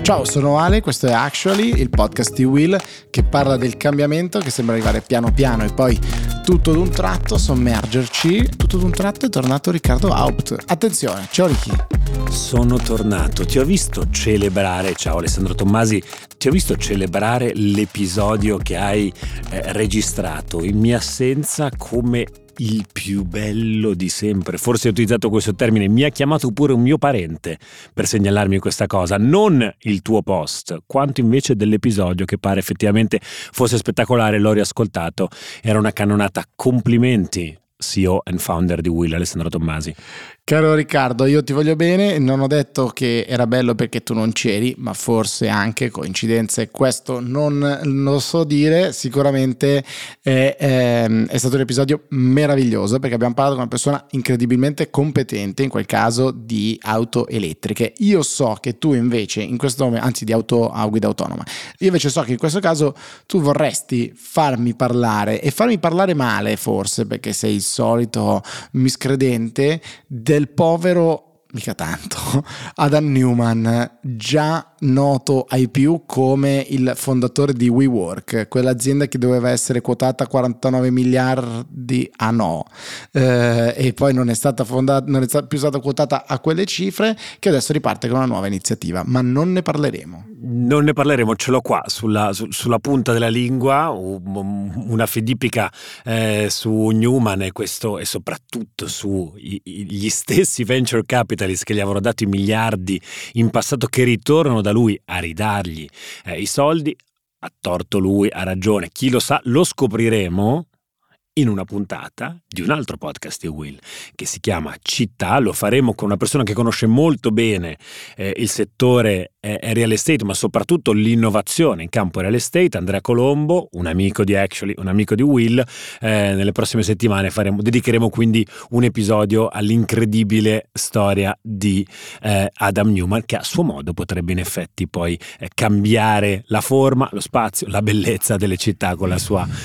Ciao, sono Ale, questo è Actually, il podcast di Will che parla del cambiamento che sembra arrivare piano piano e poi tutto d'un tratto sommergerci. Tutto d'un tratto è tornato Riccardo Haupt. Attenzione, ciao Ricky. Sono tornato, ti ho visto celebrare, ciao Alessandro Tommasi, ti ho visto celebrare l'episodio che hai registrato in mia assenza come il più bello di sempre. Forse ho utilizzato questo termine, mi ha chiamato pure un mio parente per segnalarmi questa cosa, non il tuo post, quanto invece dell'episodio che pare effettivamente fosse spettacolare. L'ho riascoltato, era una cannonata. Complimenti CEO and founder di Will, Alessandro Tommasi. Caro Riccardo, io ti voglio bene, non ho detto che era bello perché tu non c'eri, ma forse anche coincidenze, questo non lo so dire. Sicuramente è stato un episodio meraviglioso perché abbiamo parlato con una persona incredibilmente competente, in quel caso di auto elettriche. Io so che tu invece in questo momento, anzi di auto a guida autonoma, io invece so che in questo caso tu vorresti farmi parlare e farmi parlare male forse, perché sei il solito miscredente del povero, mica tanto, Adam Neumann, già noto ai più come il fondatore di WeWork, quell'azienda che doveva essere quotata a 49 miliardi e poi non è stata fondata, non è più stata quotata a quelle cifre, che adesso riparte con una nuova iniziativa, ma non ne parleremo. Non ne parleremo, ce l'ho qua sulla punta della lingua, una fedipica su Neumann e soprattutto su gli stessi venture capitalist che gli avevano dato i miliardi in passato, che ritornano da lui a ridargli i soldi. Ha torto lui, ha ragione, chi lo sa, lo scopriremo in una puntata di un altro podcast di Will che si chiama Città. Lo faremo con una persona che conosce molto bene il settore real estate, ma soprattutto l'innovazione in campo real estate. Andrea Colombo, un amico di Actually, un amico di Will. Nelle prossime settimane dedicheremo quindi un episodio all'incredibile storia di Adam Neumann, che a suo modo potrebbe in effetti poi cambiare la forma, lo spazio, la bellezza delle città con la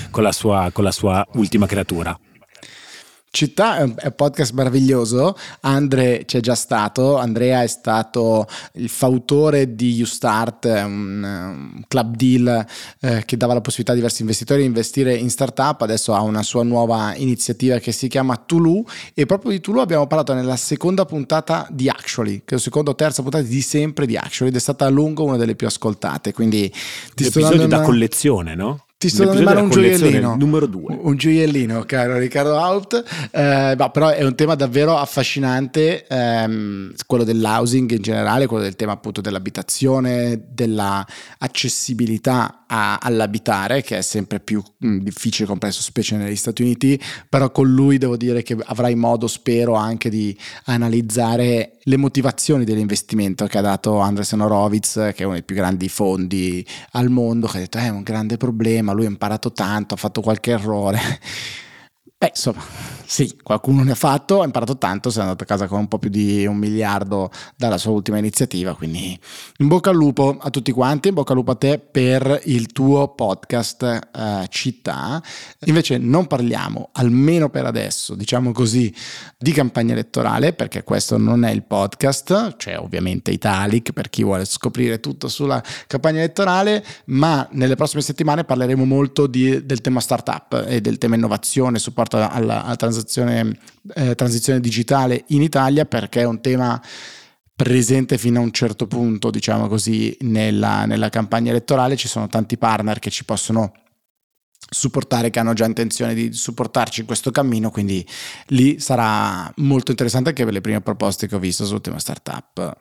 sua ultima creatura. Città è un podcast meraviglioso. Andre c'è già stato. Andrea è stato il fautore di YouStart, un club deal che dava la possibilità a diversi investitori di investire in startup. Adesso ha una sua nuova iniziativa che si chiama Tulu, e proprio di Tulu abbiamo parlato nella seconda puntata di Actually, che è la seconda o terza puntata di sempre di Actually, ed è stata a lungo una delle più ascoltate. Quindi ti sto dando da collezione, no? Ti sto dando in mano un gioiellino, numero 2. Un gioiellino, caro Riccardo Haupt. Però è un tema davvero affascinante, quello dell'housing in generale, quello del tema appunto dell'abitazione, della accessibilità all'abitare, che è sempre più difficile e complesso, specie negli Stati Uniti. Però con lui devo dire che avrai modo, spero, anche di analizzare le motivazioni dell'investimento che ha dato Andreessen Horowitz, che è uno dei più grandi fondi al mondo, che ha detto è un grande problema, lui ha imparato tanto, ha fatto qualche errore. Insomma, sì, qualcuno ne ha fatto, ha imparato tanto, si è andato a casa con un po' più di $1 miliardo dalla sua ultima iniziativa, quindi in bocca al lupo a tutti quanti, in bocca al lupo a te per il tuo podcast Città. Invece non parliamo, almeno per adesso, diciamo così, di campagna elettorale, perché questo non è il podcast, c'è ovviamente Italic per chi vuole scoprire tutto sulla campagna elettorale, ma nelle prossime settimane parleremo molto del tema startup e del tema innovazione, supporto alla transizione digitale in Italia, perché è un tema presente fino a un certo punto, diciamo così, nella campagna elettorale. Ci sono tanti partner che ci possono supportare, che hanno già intenzione di supportarci in questo cammino, quindi lì sarà molto interessante anche per le prime proposte che ho visto sul tema startup.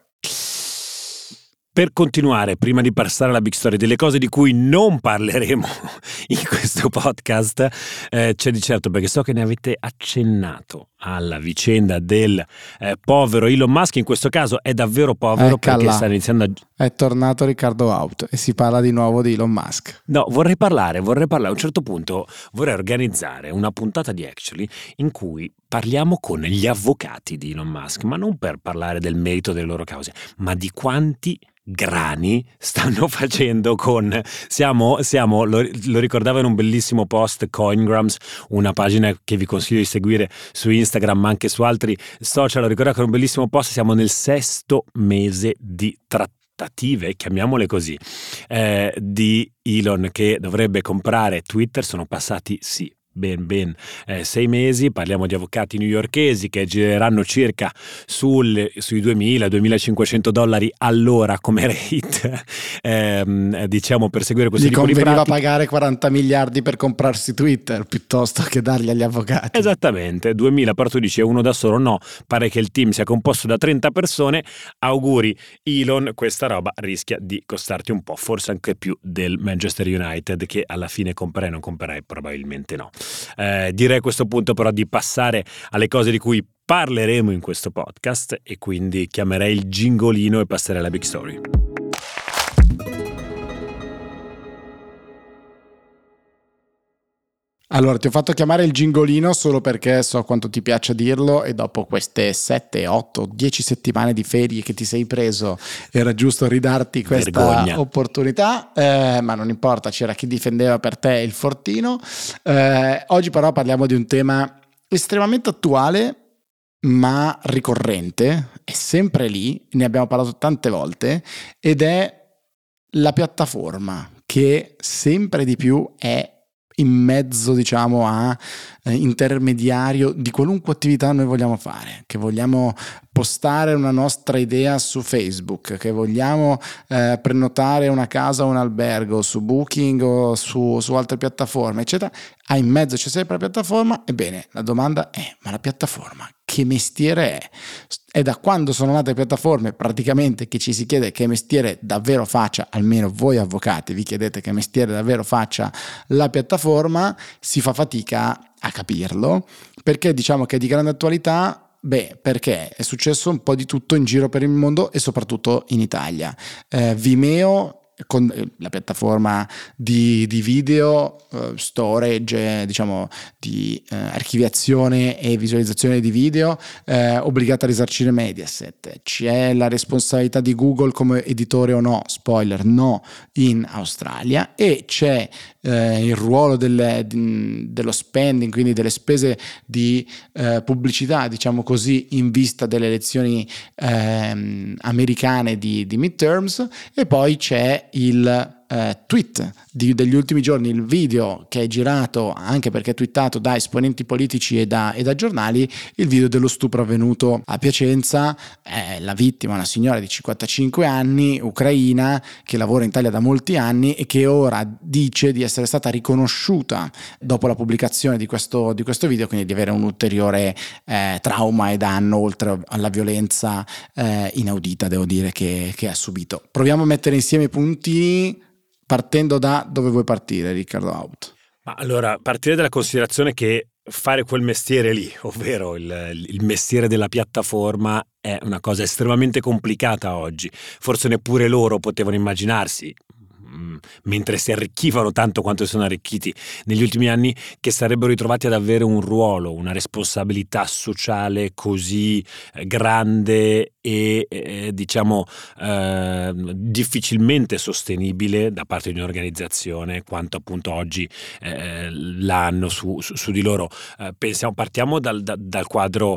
Per continuare, prima di passare alla big story, delle cose di cui non parleremo in questo podcast, c'è di certo, perché so che ne avete accennato alla vicenda del povero Elon Musk. In questo caso è davvero povero, perché sta iniziando È tornato Riccardo Haupt e si parla di nuovo di Elon Musk. No, vorrei parlare. A un certo punto vorrei organizzare una puntata di Actually in cui parliamo con gli avvocati di Elon Musk, ma non per parlare del merito delle loro cause, ma di quanti grani stanno facendo lo ricordava in un bellissimo post Coingrams, una pagina che vi consiglio di seguire su Instagram ma anche su altri social. Lo ricordava con un bellissimo post: siamo nel 6° mese di trattativa trattative, chiamiamole così, di Elon che dovrebbe comprare Twitter sono passati, sì, ben 6 mesi. Parliamo di avvocati newyorkesi che gireranno circa sui $2.000-2.500 all'ora come rate, diciamo, per seguire questo Gli tipo di conveniva pratiche. pagare 40 miliardi per comprarsi Twitter piuttosto che dargli agli avvocati. Esattamente, 2.000, però tu dici è uno da solo, no, pare che il team sia composto da 30 persone, auguri Elon, questa roba rischia di costarti un po', forse anche più del Manchester United, che alla fine comprerai o non comprerai, probabilmente no. Direi a questo punto però di passare alle cose di cui parleremo in questo podcast, e quindi chiamerei il gingolino e passerei alla big story. Allora, ti ho fatto chiamare il gingolino solo perché so quanto ti piace dirlo, e dopo queste 7, 8, 10 settimane di ferie che ti sei preso era giusto ridarti questa Vergogna. opportunità, ma non importa, c'era chi difendeva per te il fortino. Oggi però parliamo di un tema estremamente attuale ma ricorrente, è sempre lì, ne abbiamo parlato tante volte, ed è la piattaforma che sempre di più è in mezzo, diciamo, a intermediario di qualunque attività noi vogliamo fare, che vogliamo postare una nostra idea su Facebook, che vogliamo prenotare una casa o un albergo su Booking o su altre piattaforme, eccetera. In mezzo c'è sempre la piattaforma. Ebbene, la domanda è: ma la piattaforma che mestiere è? È da quando sono nate le piattaforme praticamente che ci si chiede che mestiere davvero faccia, almeno voi avvocati vi chiedete che mestiere davvero faccia la piattaforma. Si fa fatica a capirlo, perché diciamo che è di grande attualità. Perché è successo un po' di tutto in giro per il mondo e soprattutto in Italia. Vimeo, con la piattaforma di video storage, diciamo di archiviazione e visualizzazione di video, obbligata a risarcire Mediaset. C'è la responsabilità di Google come editore o no, spoiler no, in Australia, e c'è il ruolo dello spending, quindi delle spese di pubblicità, diciamo così, in vista delle elezioni americane di midterms. E poi c'è il tweet degli ultimi giorni, il video che è girato, anche perché è twittato da esponenti politici e da giornali, il video dello stupro avvenuto a Piacenza. La vittima, una signora di 55 anni, ucraina, che lavora in Italia da molti anni e che ora dice di essere stata riconosciuta dopo la pubblicazione di questo video, quindi di avere un ulteriore trauma e danno, oltre alla violenza inaudita, devo dire, che ha subito. Proviamo a mettere insieme i puntini, partendo da dove vuoi partire, Riccardo Haupt? Allora, partire dalla considerazione che fare quel mestiere lì, ovvero il mestiere della piattaforma, è una cosa estremamente complicata oggi. Forse neppure loro potevano immaginarsi, mentre si arricchivano tanto quanto sono arricchiti negli ultimi anni, che sarebbero ritrovati ad avere un ruolo, una responsabilità sociale così grande e diciamo difficilmente sostenibile da parte di un'organizzazione quanto appunto oggi l'hanno su di loro. Partiamo dal quadro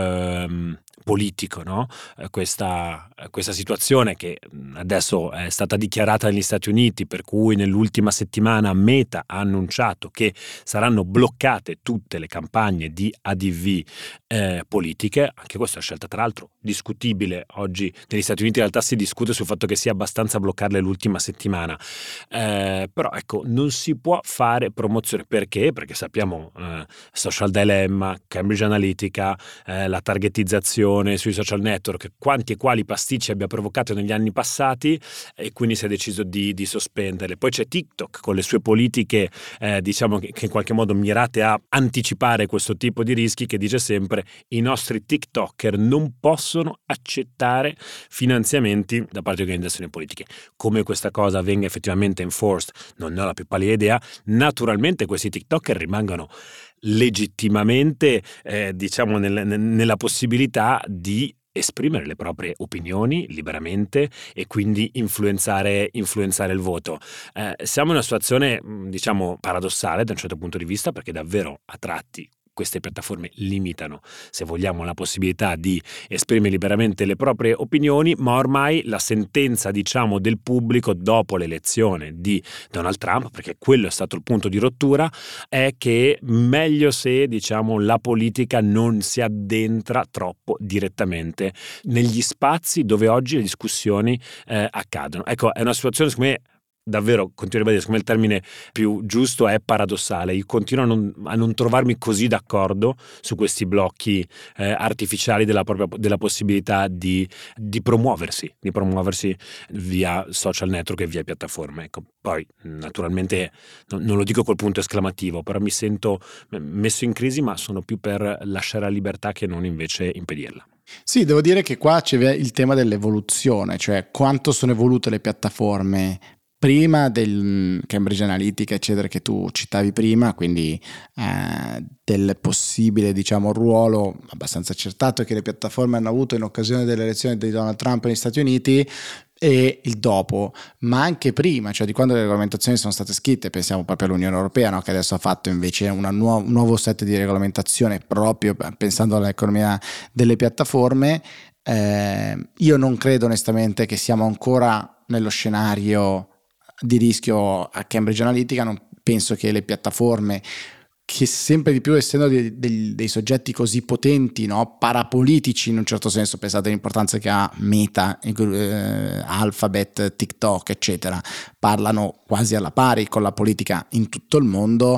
politico, no? Questa situazione che adesso è stata dichiarata negli Stati Uniti, per cui nell'ultima settimana Meta ha annunciato che saranno bloccate tutte le campagne di ADV politiche. Anche questa è una scelta tra l'altro discutibile. Oggi negli Stati Uniti in realtà si discute sul fatto che sia abbastanza bloccarle l'ultima settimana, però ecco, non si può fare promozione. Perché? Perché sappiamo Social Dilemma, Cambridge Analytica, la targetizzazione sui social network, quanti e quali pasticci abbia provocato negli anni passati, e quindi si è deciso di sospenderle. Poi c'è TikTok con le sue politiche diciamo che in qualche modo mirate a anticipare questo tipo di rischi, che dice sempre: i nostri TikToker non possono accettare finanziamenti da parte di organizzazioni politiche. Come questa cosa venga effettivamente enforced non ne ho la più pallida idea. Naturalmente questi TikToker rimangono legittimamente diciamo nella possibilità di esprimere le proprie opinioni liberamente e quindi influenzare il voto. Siamo in una situazione diciamo paradossale da un certo punto di vista, perché davvero a tratti queste piattaforme limitano, se vogliamo, la possibilità di esprimere liberamente le proprie opinioni, ma ormai la sentenza, diciamo, del pubblico dopo l'elezione di Donald Trump, perché quello è stato il punto di rottura, è che meglio se, diciamo, la politica non si addentra troppo direttamente negli spazi dove oggi le discussioni accadono. Ecco, è una situazione, secondo me, davvero, continuo a dire, secondo me il termine più giusto è paradossale. Io continuo a non trovarmi così d'accordo su questi blocchi artificiali della possibilità di promuoversi via social network e via piattaforme. Ecco, poi naturalmente non lo dico col punto esclamativo, però mi sento messo in crisi, ma sono più per lasciare la libertà che non invece impedirla. Sì, devo dire che qua c'è il tema dell'evoluzione, cioè quanto sono evolute le piattaforme prima del Cambridge Analytica, eccetera, che tu citavi prima, quindi del possibile, diciamo, ruolo abbastanza accertato che le piattaforme hanno avuto in occasione delle elezioni di Donald Trump negli Stati Uniti, e il dopo, ma anche prima, cioè di quando le regolamentazioni sono state scritte. Pensiamo proprio all'Unione Europea, no? Che adesso ha fatto invece un nuovo set di regolamentazione proprio pensando all'economia delle piattaforme. Io non credo onestamente che siamo ancora nello scenario di rischio a Cambridge Analytica. Non penso che le piattaforme, che sempre di più essendo dei soggetti così potenti, no? Parapolitici in un certo senso, pensate all'importanza che ha Meta, Alphabet, TikTok, eccetera, parlano quasi alla pari con la politica in tutto il mondo.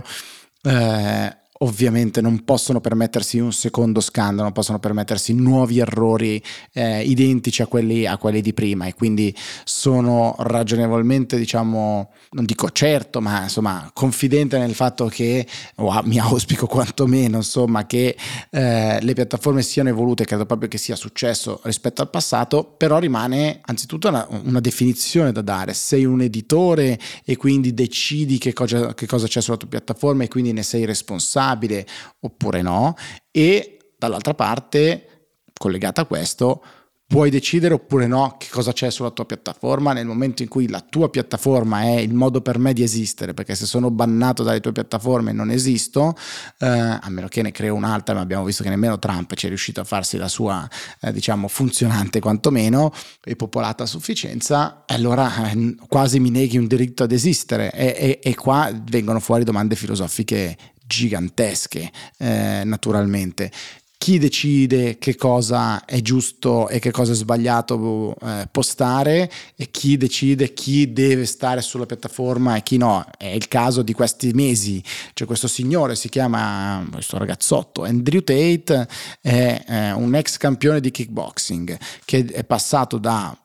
Ovviamente non possono permettersi un secondo scandalo, non possono permettersi nuovi errori identici a quelli di prima, e quindi sono ragionevolmente, diciamo, non dico certo, ma insomma confidente nel fatto che, mi auspico quantomeno, insomma, che le piattaforme siano evolute. Credo proprio che sia successo rispetto al passato, però rimane anzitutto una definizione da dare. Sei un editore e quindi decidi che cosa c'è sulla tua piattaforma e quindi ne sei responsabile oppure no, e dall'altra parte, collegata a questo, puoi decidere oppure no che cosa c'è sulla tua piattaforma nel momento in cui la tua piattaforma è il modo per me di esistere, perché se sono bannato dalle tue piattaforme non esisto, a meno che ne creo un'altra, ma abbiamo visto che nemmeno Trump ci è riuscito a farsi la sua diciamo funzionante quantomeno e popolata a sufficienza. Allora quasi mi neghi un diritto ad esistere, e qua vengono fuori domande filosofiche gigantesche. Naturalmente, chi decide che cosa è giusto e che cosa è sbagliato postare, e chi decide chi deve stare sulla piattaforma e chi no? È il caso di questi mesi. C'è questo signore, si chiama, questo ragazzotto, Andrew Tate, è un ex campione di kickboxing che è passato da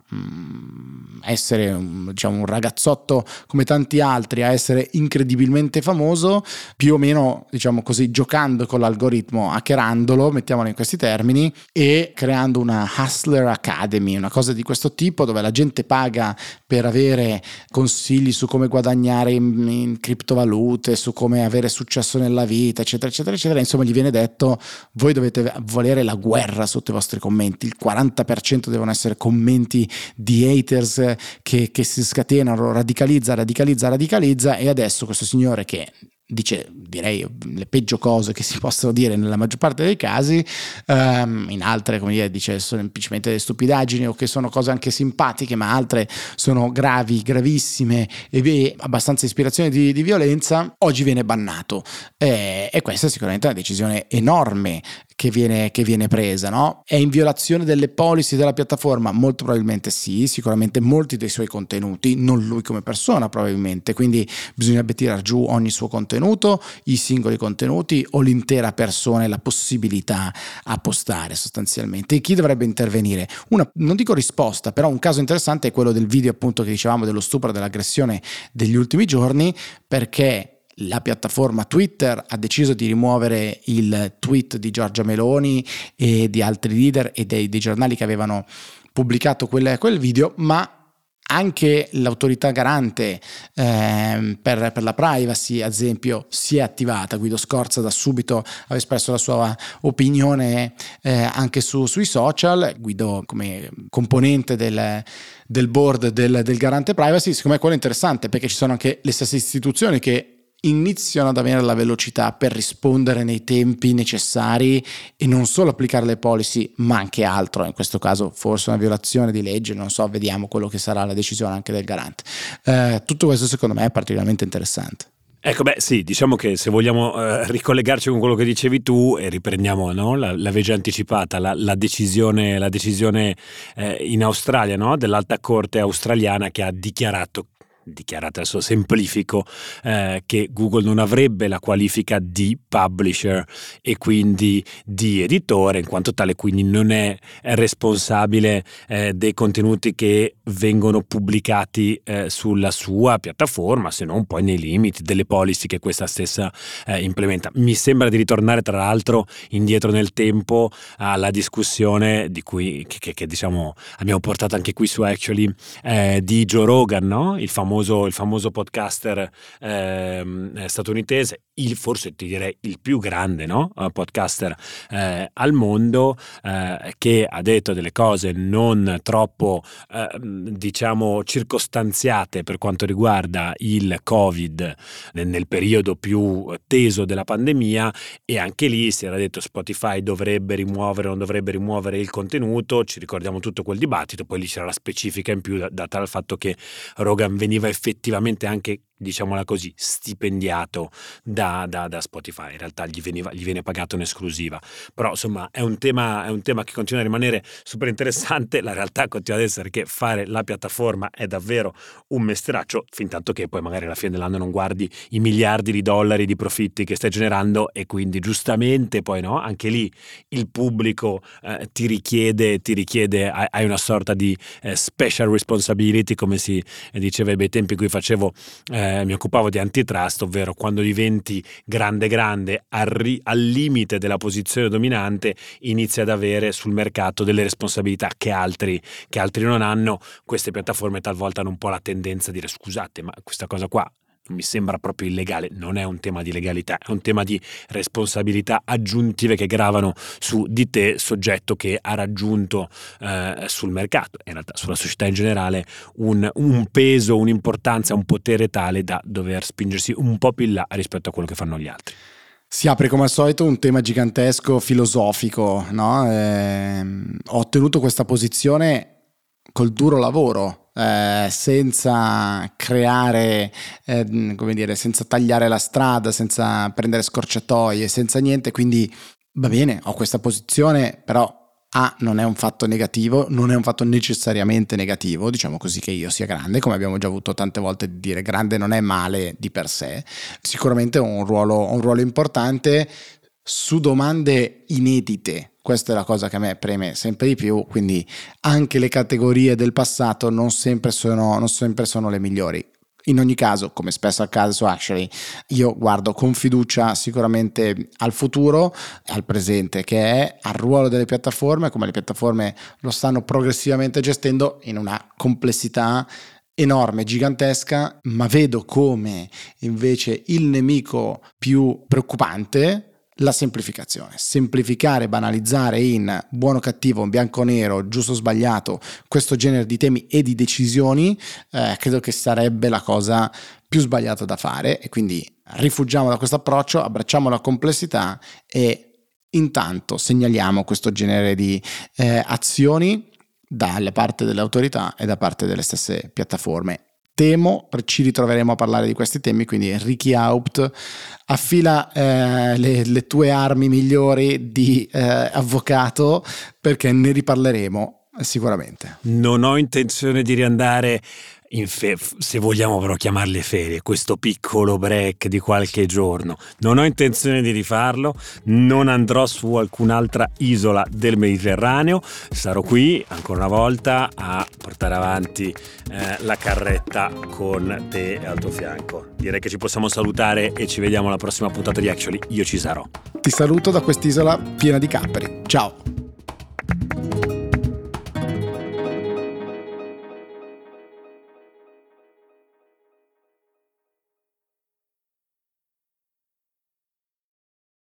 essere diciamo un ragazzotto come tanti altri a essere incredibilmente famoso, più o meno, diciamo così, giocando con l'algoritmo, hackerandolo, mettiamolo in questi termini, e creando una Hustler Academy, una cosa di questo tipo, dove la gente paga per avere consigli su come guadagnare in criptovalute, su come avere successo nella vita, eccetera eccetera eccetera. Insomma, gli viene detto: voi dovete volere la guerra sotto i vostri commenti, il 40% devono essere commenti di haters che si scatenano, radicalizza, e adesso questo signore, che dice, direi, le peggio cose che si possono dire nella maggior parte dei casi, in altre, come dire, dice semplicemente stupidaggini o che sono cose anche simpatiche, ma altre sono gravissime e abbastanza ispirazione di violenza. Oggi viene bannato, e questa è sicuramente una decisione enorme che viene presa, no? È in violazione delle policy della piattaforma? Molto probabilmente sì, sicuramente molti dei suoi contenuti, non lui come persona probabilmente, quindi bisognerebbe tirar giù ogni suo contenuto, i singoli contenuti o l'intera persona e la possibilità a postare sostanzialmente. E chi dovrebbe intervenire? Non dico risposta, però un caso interessante è quello del video, appunto, che dicevamo, dello stupro, dell'aggressione degli ultimi giorni, perché la piattaforma Twitter ha deciso di rimuovere il tweet di Giorgia Meloni e di altri leader e dei giornali che avevano pubblicato quel video, ma anche l'autorità garante per la privacy, ad esempio, si è attivata. Guido Scorza da subito aveva espresso la sua opinione anche sui social. Guido, come componente del board del garante privacy, secondo me quello è interessante, perché ci sono anche le stesse istituzioni che iniziano ad avere la velocità per rispondere nei tempi necessari e non solo applicare le policy ma anche altro, in questo caso forse una violazione di legge, non so, vediamo quello che sarà la decisione anche del garante. Tutto questo secondo me è particolarmente interessante. Ecco, sì, diciamo che se vogliamo ricollegarci con quello che dicevi tu e riprendiamo, no? L'avevi già anticipata, la decisione in Australia, no? Dell'Alta Corte australiana che ha dichiarato, adesso semplifico, che Google non avrebbe la qualifica di publisher e quindi di editore, in quanto tale quindi non è responsabile dei contenuti che vengono pubblicati sulla sua piattaforma, se non poi nei limiti delle policy che questa stessa implementa. Mi sembra di ritornare tra l'altro indietro nel tempo alla discussione di cui che diciamo abbiamo portato anche qui su Actually, di Joe Rogan, no? Il famoso podcaster statunitense, forse ti direi il più grande, no? Podcaster al mondo, che ha detto delle cose non troppo diciamo circostanziate per quanto riguarda il Covid nel periodo più teso della pandemia, e anche lì si era detto Spotify dovrebbe rimuovere o non dovrebbe rimuovere il contenuto. Ci ricordiamo tutto quel dibattito, poi lì c'era la specifica in più data dal fatto che Rogan veniva effettivamente anche, diciamola così, stipendiato da Spotify. In realtà gli viene pagato un'esclusiva, però insomma è un tema che continua a rimanere super interessante. La realtà continua ad essere che fare la piattaforma è davvero un mestieraccio, fin tanto che poi magari alla fine dell'anno non guardi i miliardi di dollari di profitti che stai generando, e quindi giustamente poi no, anche lì il pubblico ti richiede, hai una sorta di special responsibility, come si diceva ai bei tempi in cui facevo mi occupavo di antitrust, ovvero quando diventi grande al limite della posizione dominante inizi ad avere sul mercato delle responsabilità che altri non hanno. Queste piattaforme talvolta hanno un po' la tendenza a dire scusate, ma questa cosa qua mi sembra proprio illegale. Non è un tema di legalità, è un tema di responsabilità aggiuntive che gravano su di te, soggetto che ha raggiunto sul mercato e in realtà sulla società in generale un peso, un'importanza, un potere tale da dover spingersi un po' più in là rispetto a quello che fanno gli altri. Si apre come al solito un tema gigantesco filosofico, no? Ho ottenuto questa posizione col duro lavoro, senza creare, come dire, senza tagliare la strada, senza prendere scorciatoie, senza niente, quindi va bene, ho questa posizione, però non è un fatto negativo, non è un fatto necessariamente negativo, diciamo così, che io sia grande, come abbiamo già avuto tante volte di dire, grande non è male di per sé, sicuramente ho un ruolo importante su domande inedite. Questa è la cosa che a me preme sempre di più, quindi anche le categorie del passato non sempre sono le migliori. In ogni caso, come spesso accade su Actually, io guardo con fiducia sicuramente al futuro, al presente, che è al ruolo delle piattaforme, come le piattaforme lo stanno progressivamente gestendo in una complessità enorme, gigantesca, ma vedo come invece il nemico più preoccupante la semplificazione. Semplificare, banalizzare in buono cattivo, bianco nero, giusto sbagliato, questo genere di temi e di decisioni, credo che sarebbe la cosa più sbagliata da fare, e quindi rifuggiamo da questo approccio, abbracciamo la complessità e intanto segnaliamo questo genere di azioni dalla parte delle autorità e da parte delle stesse piattaforme. Temo ci ritroveremo a parlare di questi temi, quindi Ricky Haupt, affila le tue armi migliori di avvocato, perché ne riparleremo sicuramente. Non ho intenzione di riandare se vogliamo però chiamarle ferie, questo piccolo break di qualche giorno. Non ho intenzione di rifarlo, non andrò su alcun'altra isola del Mediterraneo, sarò qui ancora una volta a portare avanti la carretta con te al tuo fianco. Direi che ci possiamo salutare e ci vediamo alla prossima puntata di Actually. Io ci sarò. Ti saluto da quest'isola piena di capperi. Ciao!